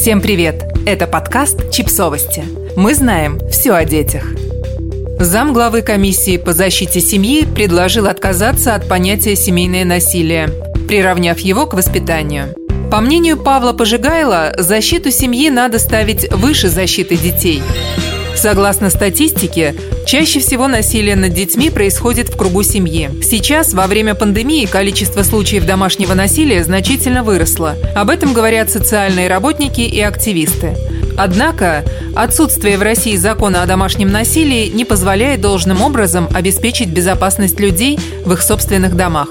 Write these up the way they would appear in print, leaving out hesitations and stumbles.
Всем привет! Это подкаст «Чипсовости». Мы знаем все о детях. Замглавы комиссии по защите семьи предложил отказаться от понятия «семейное насилие», приравняв его к воспитанию. По мнению Павла Пожигайла, защиту семьи надо ставить выше защиты детей. Согласно статистике, чаще всего насилие над детьми происходит в кругу семьи. Сейчас, во время пандемии, количество случаев домашнего насилия значительно выросло. Об этом говорят социальные работники и активисты. Однако, отсутствие в России закона о домашнем насилии не позволяет должным образом обеспечить безопасность людей в их собственных домах.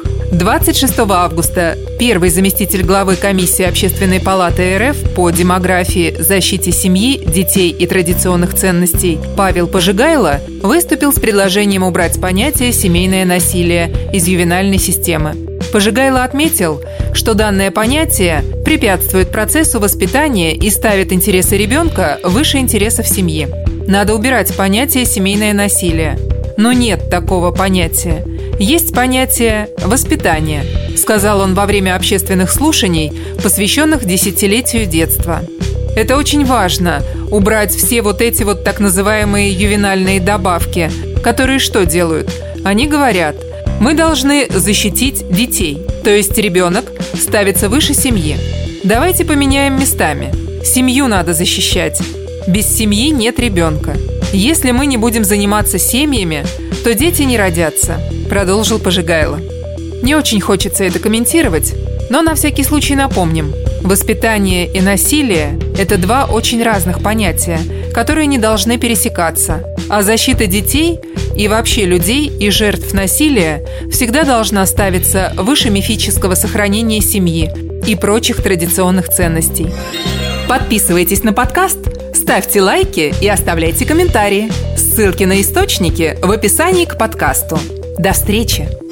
26 августа первый заместитель главы комиссии Общественной палаты РФ по демографии, защите семьи, детей и традиционных ценностей Павел Пожигайло выступил с предложением убрать понятие «семейное насилие» из ювенальной системы. Пожигайло отметил, что данное понятие препятствует процессу воспитания и ставит интересы ребенка выше интересов семьи. Надо убирать понятие «семейное насилие». Но нет такого понятия. Есть понятие «воспитание», сказал он во время общественных слушаний, посвященных десятилетию детства. Это очень важно – убрать все эти так называемые ювенальные добавки, которые что делают? Они говорят: мы должны защитить детей, то есть ребенок ставится выше семьи. Давайте поменяем местами. Семью надо защищать. Без семьи нет ребенка. Если мы не будем заниматься семьями, то дети не родятся, продолжил Пожигайло. Не очень хочется это комментировать, но на всякий случай напомним. Воспитание и насилие – это два очень разных понятия, которые не должны пересекаться. А защита детей и вообще людей и жертв насилия всегда должна ставиться выше мифического сохранения семьи и прочих традиционных ценностей. Подписывайтесь на подкаст, ставьте лайки и оставляйте комментарии. Ссылки на источники в описании к подкасту. До встречи!